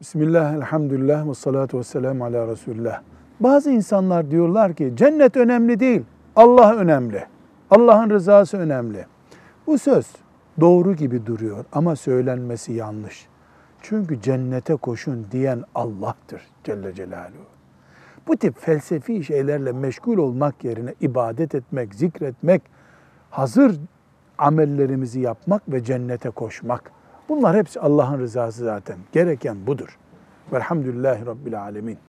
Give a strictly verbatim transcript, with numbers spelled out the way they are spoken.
Bismillah, elhamdülillah ve salatu ve selamu ala Resulullah. Bazı insanlar diyorlar ki cennet önemli değil, Allah önemli. Allah'ın rızası önemli. Bu söz doğru gibi duruyor ama söylenmesi yanlış. Çünkü cennete koşun diyen Allah'tır Celle Celaluhu. Bu tip felsefi şeylerle meşgul olmak yerine ibadet etmek, zikretmek, hazır amellerimizi yapmak ve cennete koşmak. Bunlar hepsi Allah'ın rızası zaten. Gereken budur. Velhamdülillahi Rabbil Alemin.